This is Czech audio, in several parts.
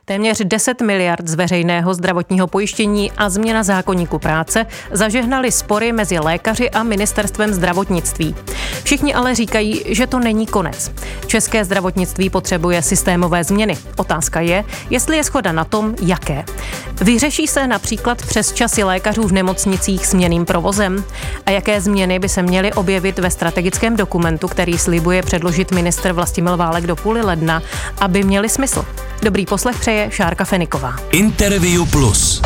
Téměř 10 miliard z veřejného zdravotního pojištění a změna zákoníku práce zažehnaly spory mezi lékaři a ministerstvem zdravotnictví. Všichni ale říkají, že to není konec. České zdravotnictví potřebuje systémové změny. Otázka je, jestli je shoda na tom, jaké. Vyřeší se například přesčasy lékařů v nemocnicích směnným provozem? A jaké změny by se měly objevit ve strategickém dokumentu, který slibuje předložit ministr Vlastimil Válek do půli ledna, aby měly smysl? Dobrý poslech přeje Šárka Feniková. Interview Plus.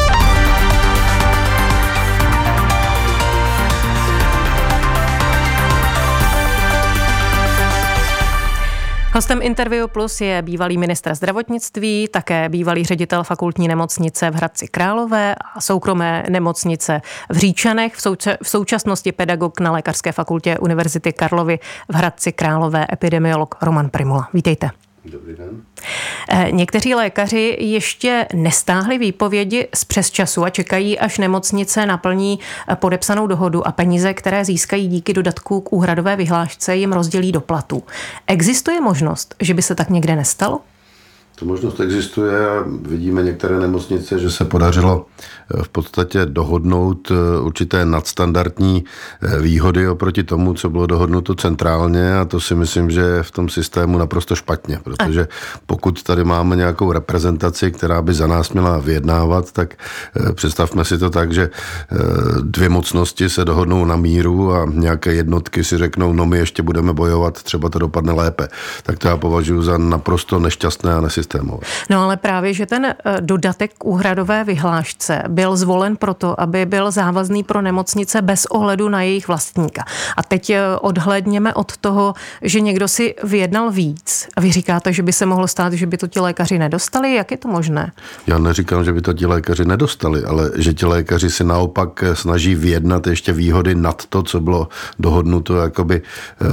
Hostem Interview Plus je bývalý ministr zdravotnictví, také bývalý ředitel fakultní nemocnice v Hradci Králové a soukromé nemocnice v Říčanech, v současnosti pedagog na Lékařské fakultě Univerzity Karlovy v Hradci Králové, epidemiolog Roman Prymula. Vítejte. Dobrý den. Někteří lékaři ještě nestáhli výpovědi z přesčasu a čekají, až nemocnice naplní podepsanou dohodu a peníze, které získají díky dodatku k úhradové vyhlášce, jim rozdělí do platů. Existuje možnost, že by se tak někde nestalo? To možnost existuje a vidíme některé nemocnice, že se podařilo v podstatě dohodnout určité nadstandardní výhody oproti tomu, co bylo dohodnuto centrálně, a to si myslím, že je v tom systému naprosto špatně, protože pokud tady máme nějakou reprezentaci, která by za nás měla vyjednávat, tak představme si to tak, že dvě mocnosti se dohodnou na míru a nějaké jednotky si řeknou, no my ještě budeme bojovat, třeba to dopadne lépe. Tak to já považuji za naprosto nešťastné a nesystémové. No ale právě, že ten dodatek k úhradové vyhlášce byl zvolen proto, aby byl závazný pro nemocnice bez ohledu na jejich vlastníka. A teď odhlédněme od toho, že někdo si vyjednal víc. A vy říkáte, že by se mohlo stát, že by to ti lékaři nedostali? Jak je to možné? Já neříkám, že by to ti lékaři nedostali, ale že ti lékaři si naopak snaží vyjednat ještě výhody nad to, co bylo dohodnuto jakoby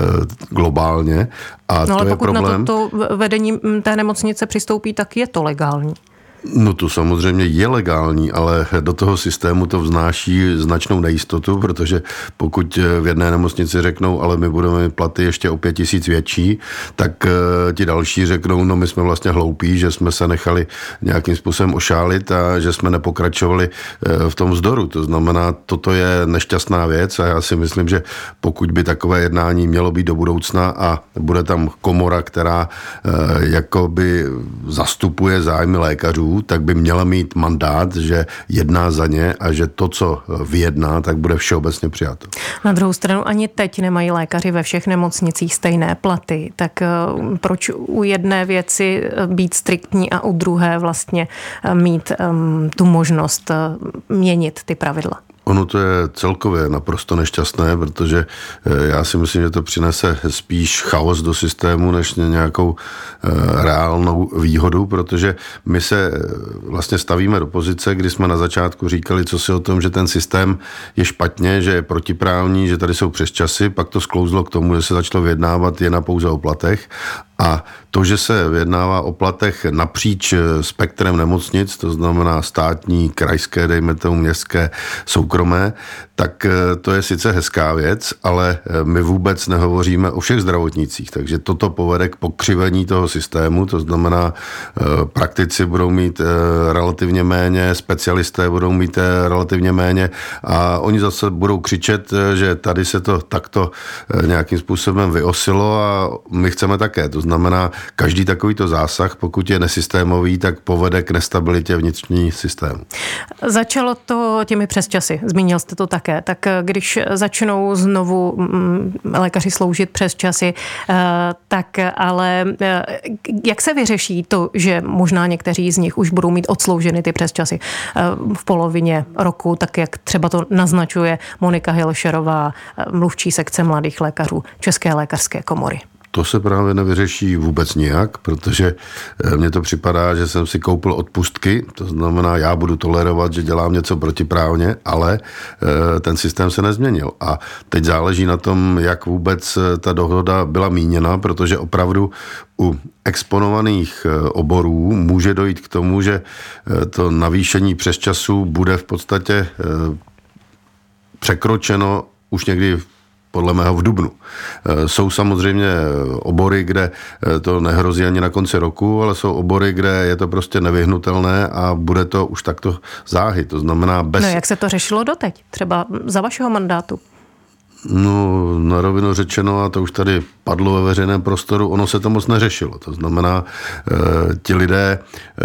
globálně. A no ale to je pokud problém. Na to vedení té nemocnice přistoupí, tak je to legální. No to samozřejmě je legální, ale do toho systému to vznáší značnou nejistotu, protože pokud v jedné nemocnici řeknou, ale my budeme mít platy ještě o 5 000 větší, tak ti další řeknou, no my jsme vlastně hloupí, že jsme se nechali nějakým způsobem ošálit a že jsme nepokračovali v tom vzdoru. To znamená, toto je nešťastná věc a já si myslím, že pokud by takové jednání mělo být do budoucna a bude tam komora, která jakoby zastupuje zájmy lékařů, tak by měla mít mandát, že jedná za ně a že to, co vyjedná, tak bude všeobecně přijato. Na druhou stranu ani teď nemají lékaři ve všech nemocnicích stejné platy, tak proč u jedné věci být striktní a u druhé vlastně mít tu možnost měnit ty pravidla? Ono to je celkově naprosto nešťastné, protože já si myslím, že to přinese spíš chaos do systému, než nějakou reálnou výhodu, protože my se vlastně stavíme do pozice, kdy jsme na začátku říkali, co si o tom, že ten systém je špatně, že je protiprávní, že tady jsou přesčasy, pak to sklouzlo k tomu, že se začalo vyjednávat jen a pouze o platech. A to, že se vyjednává o platech napříč spektrem nemocnic, to znamená státní, krajské, dejme tomu městské, soukromé, tak to je sice hezká věc, ale my vůbec nehovoříme o všech zdravotnících, takže toto povede k pokřivení toho systému, to znamená, praktici budou mít relativně méně, specialisté budou mít relativně méně a oni zase budou křičet, že tady se to takto nějakým způsobem vyosilo a my chceme také. To znamená, každý takovýto zásah, pokud je nesystémový, tak povede k nestabilitě vnitřní systému. Začalo to těmi přesčasy, zmínil jste to také. Tak když začnou znovu lékaři sloužit přesčasy, tak ale jak se vyřeší to, že možná někteří z nich už budou mít odslouženy ty přesčasy v polovině roku, tak jak třeba to naznačuje Monika Hilšerová, mluvčí sekce mladých lékařů České lékařské komory? To se právě nevyřeší vůbec nijak, protože mně to připadá, že jsem si koupil odpustky, to znamená, já budu tolerovat, že dělám něco protiprávně, ale ten systém se nezměnil. A teď záleží na tom, jak vůbec ta dohoda byla míněna, protože opravdu u exponovaných oborů může dojít k tomu, že to navýšení přesčasů bude v podstatě překročeno už někdy podle mého v dubnu. Jsou samozřejmě obory, kde to nehrozí ani na konci roku, ale jsou obory, kde je to prostě nevyhnutelné a bude to už takto záhy. To znamená bez... No jak se to řešilo doteď? Třeba za vašeho mandátu? No, na rovinu řečeno, a to už tady padlo ve veřejném prostoru, ono se to moc neřešilo. To znamená, ti lidé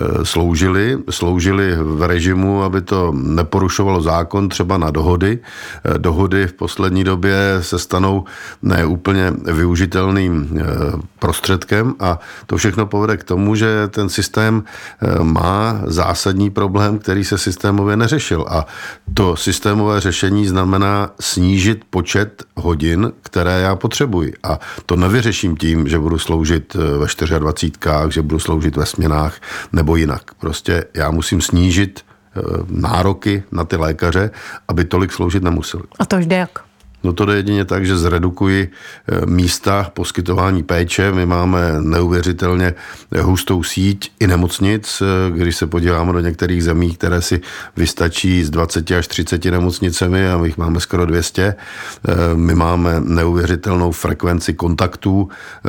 sloužili v režimu, aby to neporušovalo zákon, třeba na dohody. Dohody v poslední době se stanou neúplně využitelným prostředkem a to všechno povede k tomu, že ten systém má zásadní problém, který se systémově neřešil. A to systémové řešení znamená snížit počet hodin, které já potřebuji. A to nevyřeším tím, že budu sloužit ve 24, že budu sloužit ve směnách nebo jinak. Prostě já musím snížit nároky na ty lékaře, aby tolik sloužit nemuseli. A to jde jak? No to jde jedině tak, že zredukuji místa poskytování péče. My máme neuvěřitelně hustou síť i nemocnic. Když se podíváme do některých zemí, které si vystačí s 20 až 30 nemocnicemi a my jich máme skoro 200. My máme neuvěřitelnou frekvenci kontaktů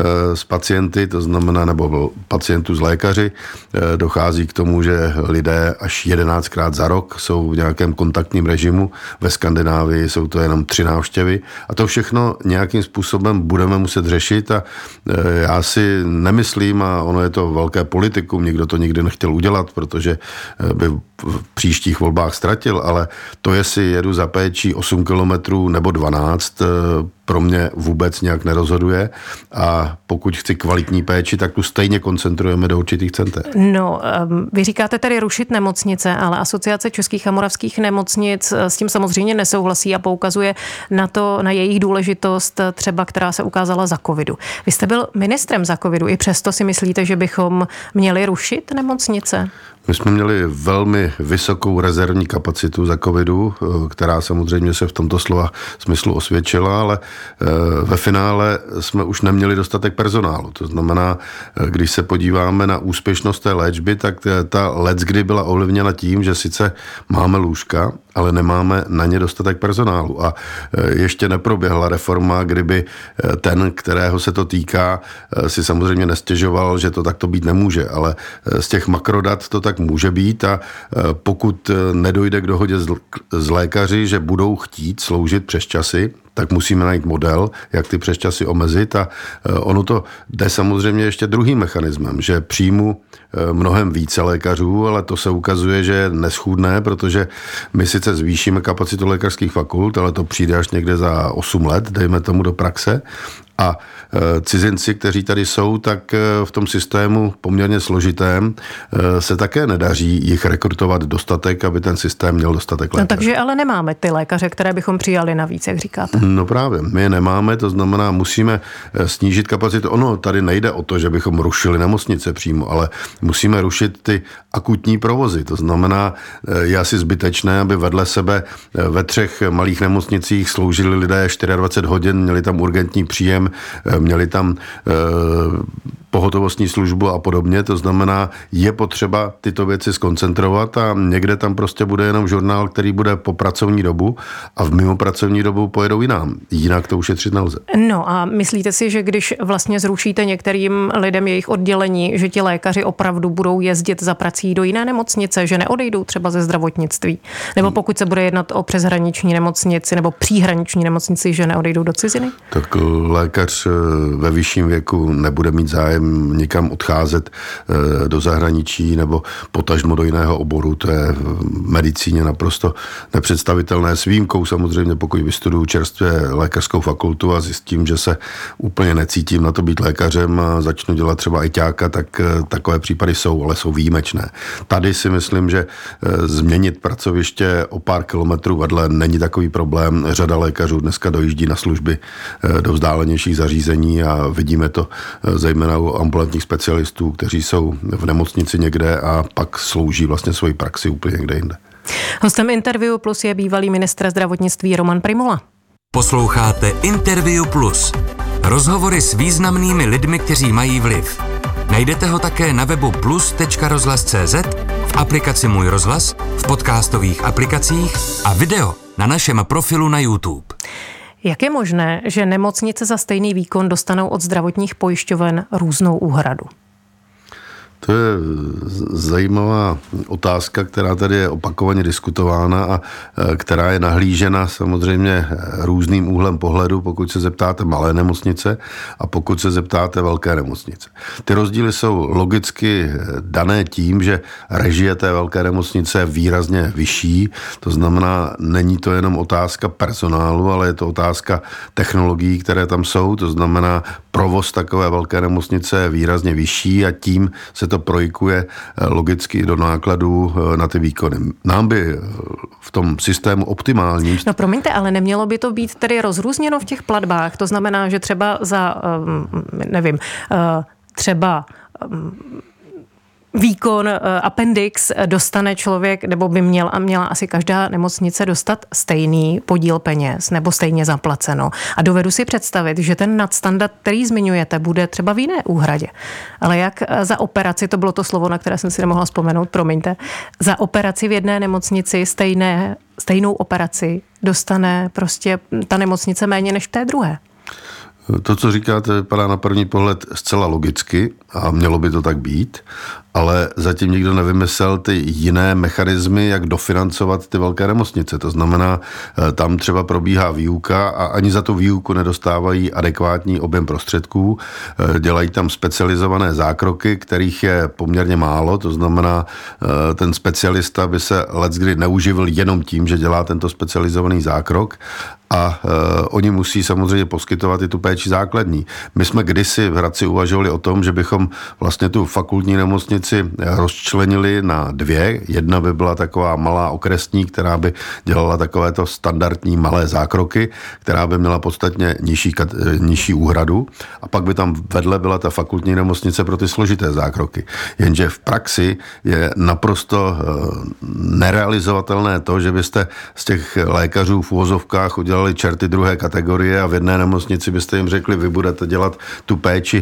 s pacienty, to znamená, nebo pacientů s lékaři. Dochází k tomu, že lidé až 11krát za rok jsou v nějakém kontaktním režimu. Ve Skandinávii jsou to jenom 3 návštěvy. A to všechno nějakým způsobem budeme muset řešit a já si nemyslím, a ono je to velké politikum, nikdo to nikdy nechtěl udělat, protože by v příštích volbách ztratil, ale to, jestli jedu za péčí 8 kilometrů nebo 12, pro mě vůbec nějak nerozhoduje a pokud chci kvalitní péči, tak tu stejně koncentrujeme do určitých center. No, vy říkáte tedy rušit nemocnice, ale Asociace českých a moravských nemocnic s tím samozřejmě nesouhlasí a poukazuje na jejich důležitost, třeba která se ukázala za covidu. Vy jste byl ministrem za covidu, i přesto si myslíte, že bychom měli rušit nemocnice? My jsme měli velmi vysokou rezervní kapacitu za covidu, která samozřejmě se v tomto slova smyslu osvědčila, ale ve finále jsme už neměli dostatek personálu. To znamená, když se podíváme na úspěšnost té léčby, tak ta leckdy byla ovlivněna tím, že sice máme lůžka, ale nemáme na ně dostatek personálu. A ještě neproběhla reforma, kdyby ten, kterého se to týká, si samozřejmě nestěžoval, že to takto být nemůže, ale z těch makrodat to tak může být a pokud nedojde k dohodě s lékaři, že budou chtít sloužit přesčasy, tak musíme najít model, jak ty přesčasy omezit a ono to jde samozřejmě ještě druhým mechanismem, že přijmu mnohem více lékařů, ale to se ukazuje, že je neschůdné, protože my sice zvýšíme kapacitu lékařských fakult, ale to přijde až někde za 8 let, dejme tomu do praxe. A cizinci, kteří tady jsou, tak v tom systému poměrně složitém se také nedaří jich rekrutovat dostatek, aby ten systém měl dostatek lékařů. No takže ale nemáme ty lékaře, které bychom přijali navíc, jak říkáte. No právě, my je nemáme, to znamená, musíme snížit kapacitu. Ono tady nejde o to, že bychom rušili nemocnice přímo, ale musíme rušit ty akutní provozy. To znamená, je asi zbytečné, aby vedle sebe ve 3 malých nemocnicích sloužili lidé 24 hodin, měli tam urgentní příjem, měli tam pohotovostní službu a podobně, to znamená, je potřeba tyto věci zkoncentrovat a někde tam prostě bude jenom žurnál, který bude po pracovní dobu a v mimo pracovní dobu pojedou jinam. Jinak to ušetřit nelze. No a myslíte si, že když vlastně zrušíte některým lidem jejich oddělení, že ti lékaři opravdu budou jezdit za prací do jiné nemocnice, že neodejdou třeba ze zdravotnictví? Nebo pokud se bude jednat o přeshraniční nemocnici nebo příhraniční nemocnici, že neodejdou do ciziny? Tak lékař ve vyšším věku nebude mít zájem nikam odcházet do zahraničí nebo potažmo do jiného oboru. To je v medicíně naprosto nepředstavitelné. S výjimkou samozřejmě, pokud vystuduju čerstvě lékařskou fakultu a zjistím, že se úplně necítím na to být lékařem a začnu dělat třeba ajťáka, tak takové případy jsou, ale jsou výjimečné. Tady si myslím, že změnit pracoviště o pár kilometrů vedle není takový problém. Řada lékařů dneska dojíždí na služby do vzdálenějších zařízení a vidíme to zejména u ambulantních specialistů, kteří jsou v nemocnici někde a pak slouží vlastně svoji praxi úplně někde jinde. Hostem Interview Plus je bývalý ministr zdravotnictví Roman Prymula. Posloucháte Interview Plus. Rozhovory s významnými lidmi, kteří mají vliv. Najdete ho také na webu plus.rozhlas.cz, v aplikaci Můj rozhlas, v podcastových aplikacích a video na našem profilu na YouTube. Jak je možné, že nemocnice za stejný výkon dostanou od zdravotních pojišťoven různou úhradu? To je zajímavá otázka, která tady je opakovaně diskutována a která je nahlížena samozřejmě různým úhlem pohledu, pokud se zeptáte malé nemocnice a pokud se zeptáte velké nemocnice. Ty rozdíly jsou logicky dané tím, že režie té velké nemocnice je výrazně vyšší, to znamená, není to jenom otázka personálu, ale je to otázka technologií, které tam jsou, to znamená, provoz takové velké nemocnice je výrazně vyšší a tím se to projikuje logicky do nákladů na ty výkony. Nám by v tom systému optimálním... No promiňte, ale nemělo by to být tedy rozrůzněno v těch platbách? To znamená, že třeba za, nevím, třeba výkon appendix dostane člověk, nebo by měla asi každá nemocnice dostat stejný podíl peněz, nebo stejně zaplaceno. A dovedu si představit, že ten nadstandard, který zmiňujete, bude třeba v jiné úhradě. Ale jak za operaci, to bylo to slovo, na které jsem si nemohla vzpomenout, promiňte, za operaci v jedné nemocnici stejnou operaci dostane prostě ta nemocnice méně než v té druhé. To, co říkáte, vypadá na první pohled zcela logicky a mělo by to tak být, ale zatím nikdo nevymyslel ty jiné mechanismy, jak dofinancovat ty velké nemocnice. To znamená, tam třeba probíhá výuka a ani za tu výuku nedostávají adekvátní objem prostředků. Dělají tam specializované zákroky, kterých je poměrně málo. To znamená, ten specialista by se leckdy neuživil jenom tím, že dělá tento specializovaný zákrok a oni musí samozřejmě poskytovat i tu péči základní. My jsme kdysi v Hradci uvažovali o tom, že bychom vlastně tu fakultní nemocnici rozčlenili na dvě. Jedna by byla taková malá okresní, která by dělala takovéto standardní malé zákroky, která by měla podstatně nižší úhradu a pak by tam vedle byla ta fakultní nemocnice pro ty složité zákroky. Jenže v praxi je naprosto nerealizovatelné to, že byste z těch lékařů v uvozovkách udělali čerty druhé kategorie a v jedné nemocnici byste jim řekli, vy budete dělat tu péči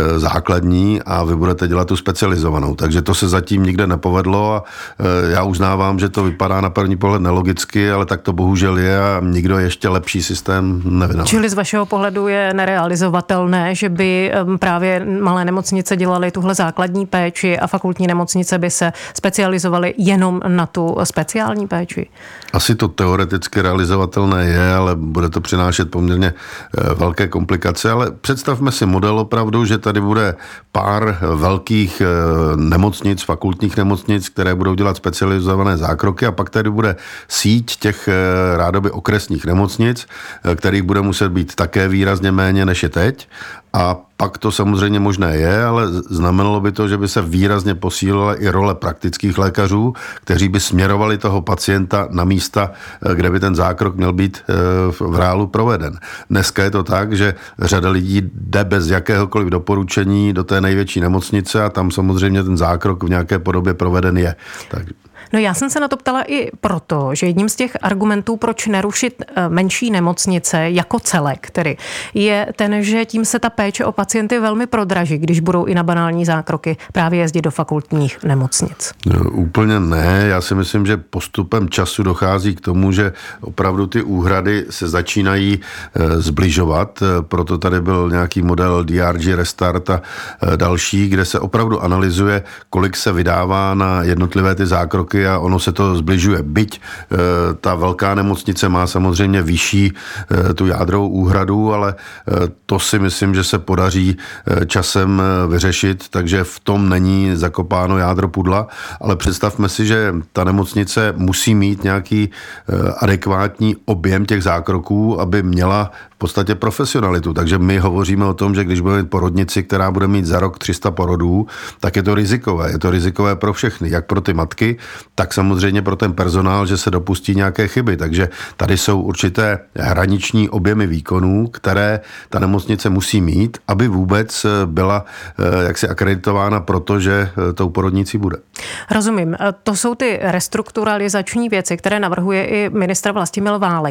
základní a vy budete dělat tu specializovanou. Takže to se zatím nikde nepovedlo a já uznávám, že to vypadá na první pohled nelogicky, ale tak to bohužel je a nikdo ještě lepší systém nevynalezl. Čili z vašeho pohledu je nerealizovatelné, že by právě malé nemocnice dělaly tuhle základní péči a fakultní nemocnice by se specializovaly jenom na tu speciální péči? Asi to teoreticky realizovatelné je, ale bude to přinášet poměrně velké komplikace, ale představme si model opravdu, že tady bude pár velkých nemocnic, fakultních nemocnic, které budou dělat specializované zákroky a pak tady bude síť těch rádoby okresních nemocnic, kterých bude muset být také výrazně méně než je teď. A pak to samozřejmě možné je, ale znamenalo by to, že by se výrazně posílila i role praktických lékařů, kteří by směrovali toho pacienta na místa, kde by ten zákrok měl být v reálu proveden. Dneska je to tak, že řada lidí jde bez jakéhokoliv doporučení do té největší nemocnice a tam samozřejmě ten zákrok v nějaké podobě proveden je. Tak. No já jsem se na to ptala i proto, že jedním z těch argumentů, proč nerušit menší nemocnice jako celek, tedy je ten, že tím se ta péče o pacienty velmi prodraží, když budou i na banální zákroky právě jezdit do fakultních nemocnic. No, úplně ne. Já si myslím, že postupem času dochází k tomu, že opravdu ty úhrady se začínají zbližovat. Proto tady byl nějaký model DRG Restart a další, kde se opravdu analyzuje, kolik se vydává na jednotlivé ty zákroky a ono se to zbližuje. Byť ta velká nemocnice má samozřejmě vyšší tu jádrovou úhradu, ale to si myslím, že se podaří časem vyřešit, takže v tom není zakopáno jádro pudla, ale představme si, že ta nemocnice musí mít nějaký adekvátní objem těch zákroků, aby měla v podstatě profesionalitu. Takže my hovoříme o tom, že když budeme mít porodnici, která bude mít za rok 300 porodů, tak je to rizikové. Je to rizikové pro všechny, jak pro ty matky, tak samozřejmě pro ten personál, že se dopustí nějaké chyby. Takže tady jsou určité hraniční objemy výkonů, které ta nemocnice musí mít, aby vůbec byla jaksi akreditována, protože tou porodnicí bude. Rozumím. To jsou ty restrukturalizační věci, které navrhuje i ministr Vlastimil Válek. Kdo by ale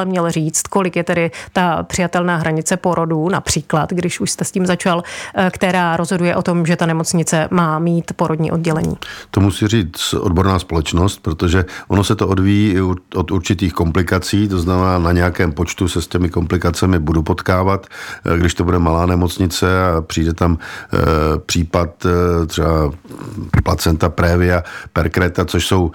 měl říct, kolik je tedy ta přijatelná hranice porodů, například, když už jste s tím začal, která rozhoduje o tom, že ta nemocnice má mít porodní oddělení? To musí říct odborná společnost, protože ono se to odvíjí i od určitých komplikací, to znamená, na nějakém počtu se s těmi komplikacemi budu potkávat. Když to bude malá nemocnice a přijde tam případ třeba placenta previa, percreta, což jsou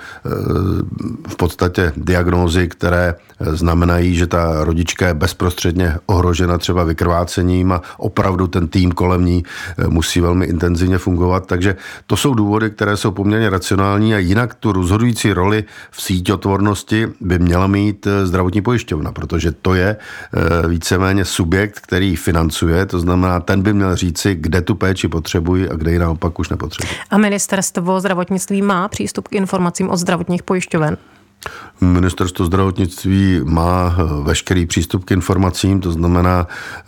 v podstatě diagnózy, které znamenají, že ta rodička je bezprostředně ohrožena třeba vykrvácením a opravdu ten tým kolem ní musí velmi intenzivně fungovat. Takže to jsou důvody, které jsou poměrně racionální a jinak tu rozhodující roli v síťotvornosti by měla mít zdravotní pojišťovna, protože to je víceméně subjekt, který financuje, to znamená, ten by měl říci, kde tu péči potřebují a kde ji naopak už nepotřebují. A ministerstvo zdravotnictví má přístup k informacím od zdravotních pojišťoven? Ministerstvo zdravotnictví má veškerý přístup k informacím, to znamená,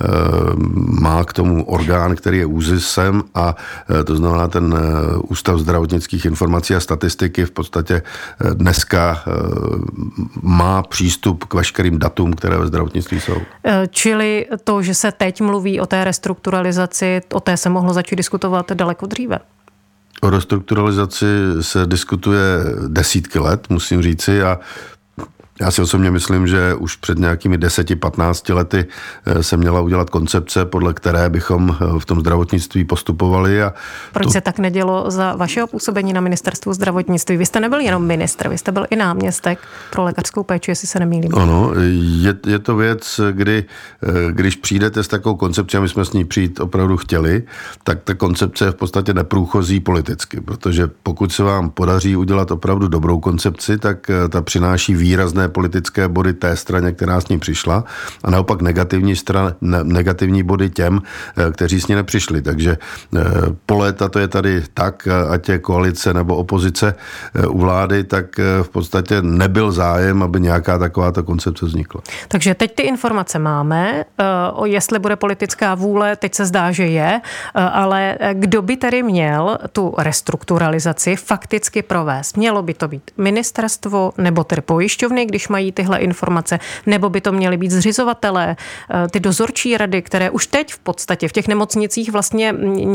má k tomu orgán, který je ÚZISem a to znamená ten Ústav zdravotnických informací a statistiky v podstatě dneska má přístup k veškerým datům, které ve zdravotnictví jsou. Čili to, že se teď mluví o té restrukturalizaci, o té se mohlo začít diskutovat daleko dříve? O restrukturalizaci se diskutuje desítky let, musím říci, a já si osobně myslím, že už před nějakými 10-15 lety se měla udělat koncepce, podle které bychom v tom zdravotnictví postupovali. A proč se tak nedělo za vašeho působení na ministerstvu zdravotnictví? Vy jste nebyl jenom ministr, vy jste byl i náměstek pro lékařskou péči, jestli se nemýlím. Ano, je to věc, když přijdete s takovou koncepcí, a my jsme s ní přijít opravdu chtěli, tak ta koncepce je v podstatě neprůchozí politicky, protože pokud se vám podaří udělat opravdu dobrou koncepci, tak ta přináší výrazné politické body té straně, která s ní přišla, a naopak negativní body těm, kteří s ní nepřišli. Takže po léta to je tady tak, ať je koalice nebo opozice u vlády, tak v podstatě nebyl zájem, aby nějaká takováto koncepce vznikla. Takže teď ty informace máme, jestli bude politická vůle, teď se zdá, že je, ale kdo by tedy měl tu restrukturalizaci fakticky provést? Mělo by to být ministerstvo nebo tedy pojišťovny, když mají tyhle informace, nebo by to měly být zřizovatelé, ty dozorčí rady, které už teď v podstatě v těch nemocnicích vlastně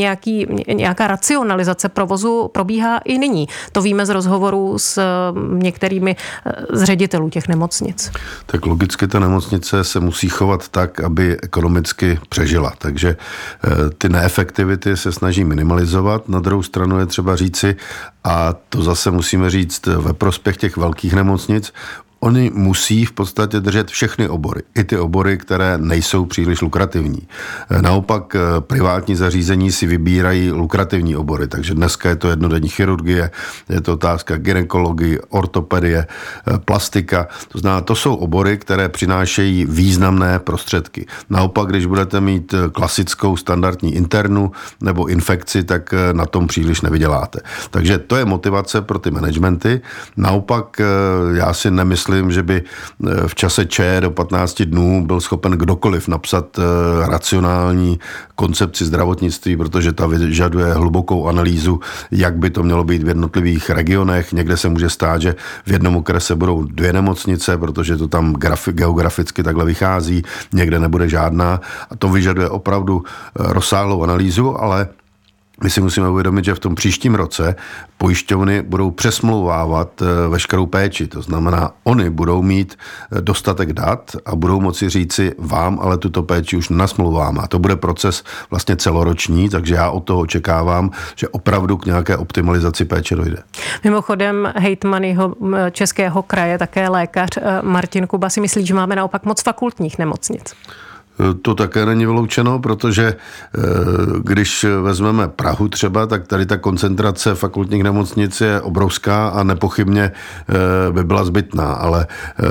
nějaká racionalizace provozu probíhá i nyní. To víme z rozhovorů s některými z ředitelů těch nemocnic. Tak logicky ta nemocnice se musí chovat tak, aby ekonomicky přežila. Takže ty neefektivity se snaží minimalizovat. Na druhou stranu je třeba říci, a to zase musíme říct ve prospěch těch velkých nemocnic, oni musí v podstatě držet všechny obory, i ty obory, které nejsou příliš lukrativní. Naopak privátní zařízení si vybírají lukrativní obory, takže dneska je to jednodenní chirurgie, je to otázka gynekologie, ortopedie, plastika. To znamená, to jsou obory, které přinášejí významné prostředky. Naopak, když budete mít klasickou standardní internu nebo infekci, tak na tom příliš nevyděláte. Takže to je motivace pro ty managementy. Naopak, já si nemyslím, že by v čase do 15 dnů byl schopen kdokoliv napsat racionální koncepci zdravotnictví, protože ta vyžaduje hlubokou analýzu, jak by to mělo být v jednotlivých regionech. Někde se může stát, že v jednom okrese budou 2 nemocnice, protože to tam geograficky takhle vychází, někde nebude žádná. A to vyžaduje opravdu rozsáhlou analýzu, ale my si musíme uvědomit, že v tom příštím roce pojišťovny budou přesmlouvávat veškerou péči. To znamená, oni budou mít dostatek dat a budou moci říci vám, ale tuto péči už nasmlouváme. A to bude proces vlastně celoroční, takže já od toho očekávám, že opravdu k nějaké optimalizaci péče dojde. Mimochodem hejtman Českého kraje, také lékař Martin Kuba si myslí, že máme naopak moc fakultních nemocnic. To také není vyloučeno, protože když vezmeme Prahu třeba, tak tady ta koncentrace fakultních nemocnic je obrovská a nepochybně by byla zbytná, ale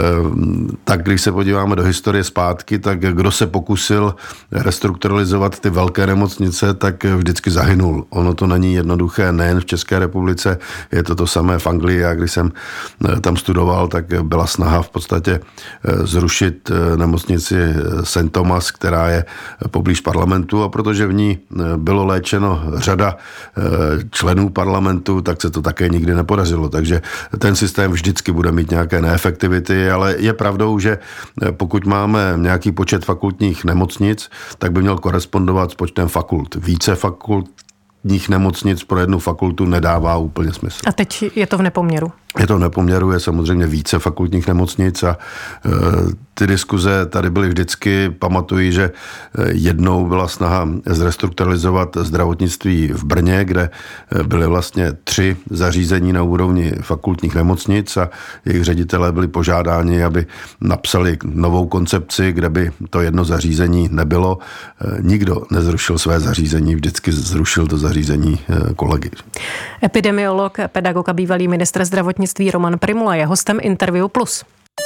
tak když se podíváme do historie zpátky, tak kdo se pokusil restrukturalizovat ty velké nemocnice, tak vždycky zahynul. Ono to není jednoduché nejen v České republice, je to samé v Anglii, a když jsem tam studoval, tak byla snaha v podstatě zrušit nemocnici St. Thomas MAS, která je poblíž parlamentu, a protože v ní bylo léčeno řada členů parlamentu, tak se to také nikdy nepodařilo. Takže ten systém vždycky bude mít nějaké neefektivity, ale je pravdou, že pokud máme nějaký počet fakultních nemocnic, tak by měl korespondovat s počtem fakult. Více fakultních nemocnic pro jednu fakultu nedává úplně smysl. A teď je to v nepoměru? Je to v nepoměru, je samozřejmě více fakultních nemocnic a ty diskuze tady byly vždycky. Pamatuji, že jednou byla snaha zrestrukturalizovat zdravotnictví v Brně, kde byly vlastně 3 zařízení na úrovni fakultních nemocnic a jejich ředitelé byli požádáni, aby napsali novou koncepci, kde by to jedno zařízení nebylo. Nikdo nezrušil své zařízení, vždycky zrušil to zařízení kolegy. Epidemiolog, pedagog a bývalý ministr zdravotnictví Roman Prymula je hostem Interview Plus.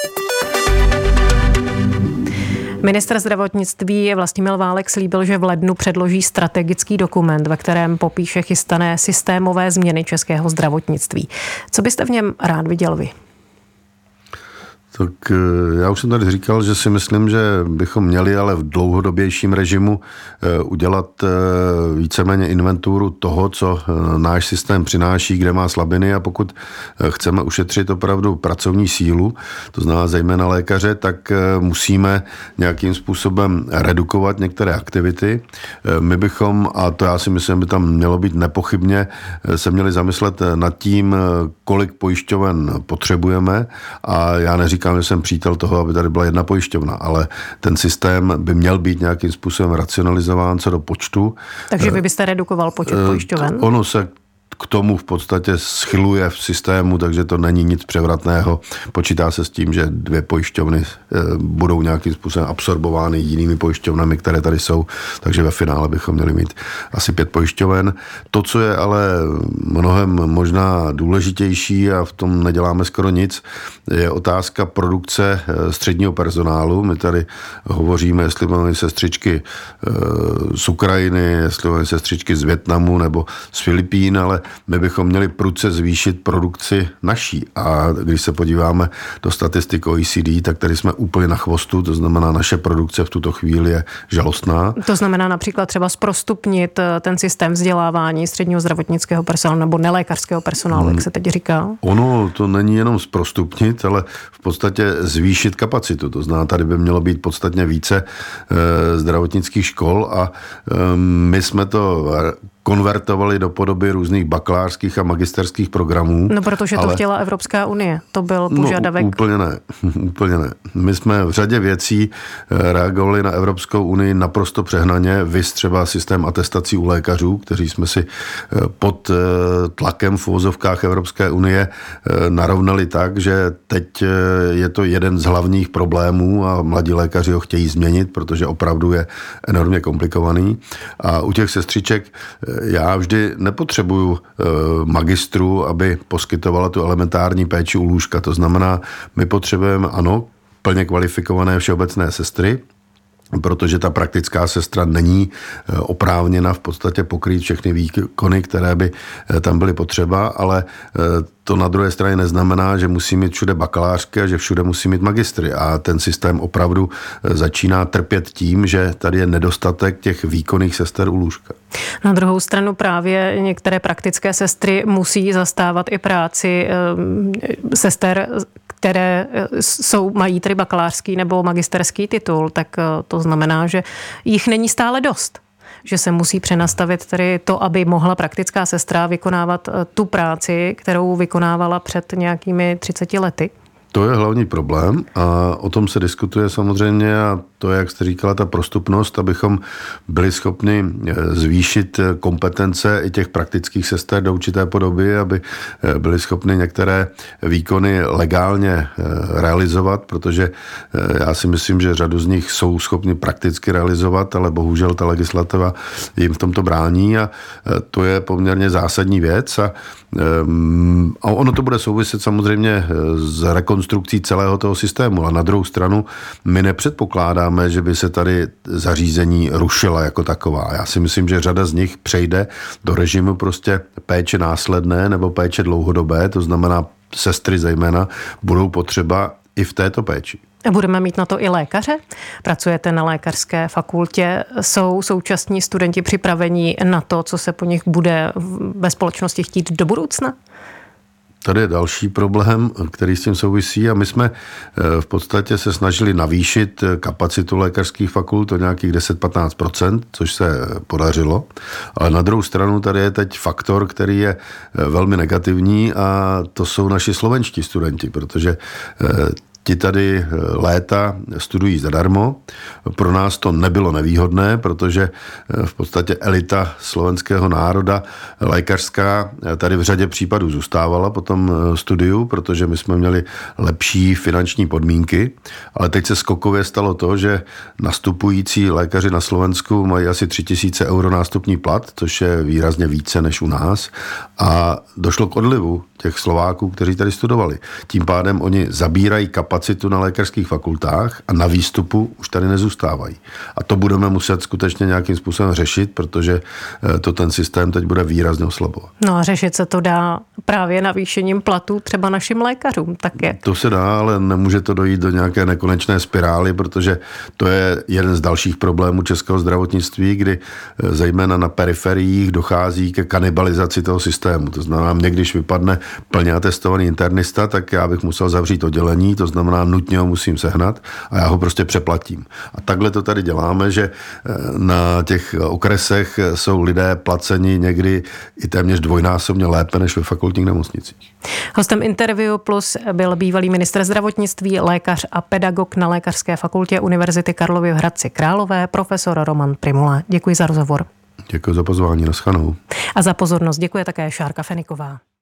Ministr zdravotnictví Vlastimil Válek slíbil, že v lednu předloží strategický dokument, ve kterém popíše chystané systémové změny českého zdravotnictví. Co byste v něm rád viděl vy? Tak já už jsem tady říkal, že si myslím, že bychom měli ale v dlouhodobějším režimu udělat víceméně inventuru toho, co náš systém přináší, kde má slabiny, a pokud chceme ušetřit opravdu pracovní sílu, to znamená zejména lékaře, tak musíme nějakým způsobem redukovat některé aktivity. My bychom, a to já si myslím, by tam mělo být nepochybně, se měli zamyslet nad tím, kolik pojišťoven potřebujeme, a já neříkám, že jsem přítel toho, aby tady byla jedna pojišťovna, ale ten systém by měl být nějakým způsobem racionalizován co do počtu. Takže vy byste redukoval počet pojišťoven? Ono se k tomu v podstatě schyluje v systému, takže to není nic převratného. Počítá se s tím, že 2 pojišťovny budou nějakým způsobem absorbovány jinými pojišťovnami, které tady jsou, takže ve finále bychom měli mít asi 5 pojišťoven. To, co je ale mnohem možná důležitější, a v tom neděláme skoro nic, je otázka produkce středního personálu. My tady hovoříme, jestli máme sestřičky z Ukrajiny, jestli máme sestřičky z Vietnamu nebo z Filipín, ale my bychom měli prudce zvýšit produkci naší. A když se podíváme do statistik OECD, tak tady jsme úplně na chvostu, to znamená, naše produkce v tuto chvíli je žalostná. To znamená například třeba zprostupnit ten systém vzdělávání středního zdravotnického personálu nebo nelékařského personálu, jak se teď říká? Ono to není jenom zprostupnit, ale v podstatě zvýšit kapacitu. To znamená, tady by mělo být podstatně více zdravotnických škol a my jsme to konvertovali do podoby různých bakalářských a magisterských programů. No, protože to chtěla Evropská unie. To byl požadavek. No, úplně ne. My jsme v řadě věcí reagovali na Evropskou unii naprosto přehnaně. Viz třeba systém atestací u lékařů, kteří jsme si pod tlakem v uvozovkách Evropské unie narovnali tak, že teď je to jeden z hlavních problémů a mladí lékaři ho chtějí změnit, protože opravdu je enormně komplikovaný. A u těch sestřiček já vždy nepotřebuju magistru, aby poskytovala tu elementární péči u lůžka. To znamená, my potřebujeme, ano, plně kvalifikované všeobecné sestry, protože ta praktická sestra není oprávněna v podstatě pokrýt všechny výkony, které by tam byly potřeba, ale to na druhé straně neznamená, že musí mít všude bakalářky a že všude musí mít magistry. A ten systém opravdu začíná trpět tím, že tady je nedostatek těch výkonných sester u lůžka. Na druhou stranu právě některé praktické sestry musí zastávat i práci sester, které mají tedy bakalářský nebo magisterský titul, tak to znamená, že jich není stále dost. Že se musí přenastavit tedy to, aby mohla praktická sestra vykonávat tu práci, kterou vykonávala před nějakými 30 lety. To je hlavní problém a o tom se diskutuje samozřejmě a to je, jak jste říkala, ta prostupnost, abychom byli schopni zvýšit kompetence i těch praktických sester do určité podoby, aby byli schopni některé výkony legálně realizovat, protože já si myslím, že řadu z nich jsou schopni prakticky realizovat, ale bohužel ta legislativa jim v tomto brání a to je poměrně zásadní věc a ono to bude souviset samozřejmě s rekonstrukcí celého toho systému, a na druhou stranu my nepředpokládáme, že by se tady zařízení rušila jako taková. Já si myslím, že řada z nich přejde do režimu prostě péče následné nebo péče dlouhodobé, to znamená sestry zejména budou potřeba i v této péči. Budeme mít na to i lékaře? Pracujete na lékařské fakultě. Jsou současní studenti připraveni na to, co se po nich bude ve společnosti chtít do budoucna? Tady je další problém, který s tím souvisí a my jsme v podstatě se snažili navýšit kapacitu lékařských fakult o nějakých 10-15%, což se podařilo. Ale na druhou stranu tady je teď faktor, který je velmi negativní a to jsou naši slovenští studenti, protože ti tady léta studují zadarmo. Pro nás to nebylo nevýhodné, protože v podstatě elita slovenského národa lékařská tady v řadě případů zůstávala po tom studiu, protože my jsme měli lepší finanční podmínky. Ale teď se skokově stalo to, že nastupující lékaři na Slovensku mají asi 3000 euro nástupní plat, což je výrazně více než u nás. A došlo k odlivu těch Slováků, kteří tady studovali. Tím pádem oni zabírají kapacitu na lékařských fakultách a na výstupu už tady nezůstávají. A to budeme muset skutečně nějakým způsobem řešit, protože to ten systém teď bude výrazně oslabovat. No a řešit se to dá právě navýšením platů třeba našim lékařům také. To se dá, ale nemůže to dojít do nějaké nekonečné spirály, protože to je jeden z dalších problémů českého zdravotnictví, kdy zejména na periferiích dochází ke kanibalizaci toho systému. To znamená, mě když vypadne plně atestovaný internista, tak já bych musel zavřít oddělení, to znamená, nutně ho musím sehnat a já ho prostě přeplatím. A takhle to tady děláme, že na těch okresech jsou lidé placeni někdy i téměř dvojnásobně lépe než ve fakultních nemocnicích. Hostem Interview Plus byl bývalý ministr zdravotnictví, lékař a pedagog na Lékařské fakultě Univerzity Karlovy v Hradci Králové, profesor Roman Prymula. Děkuji za rozhovor. Děkuji za pozvání, naschledanou. A za pozornost děkuje také Šárka Feniková.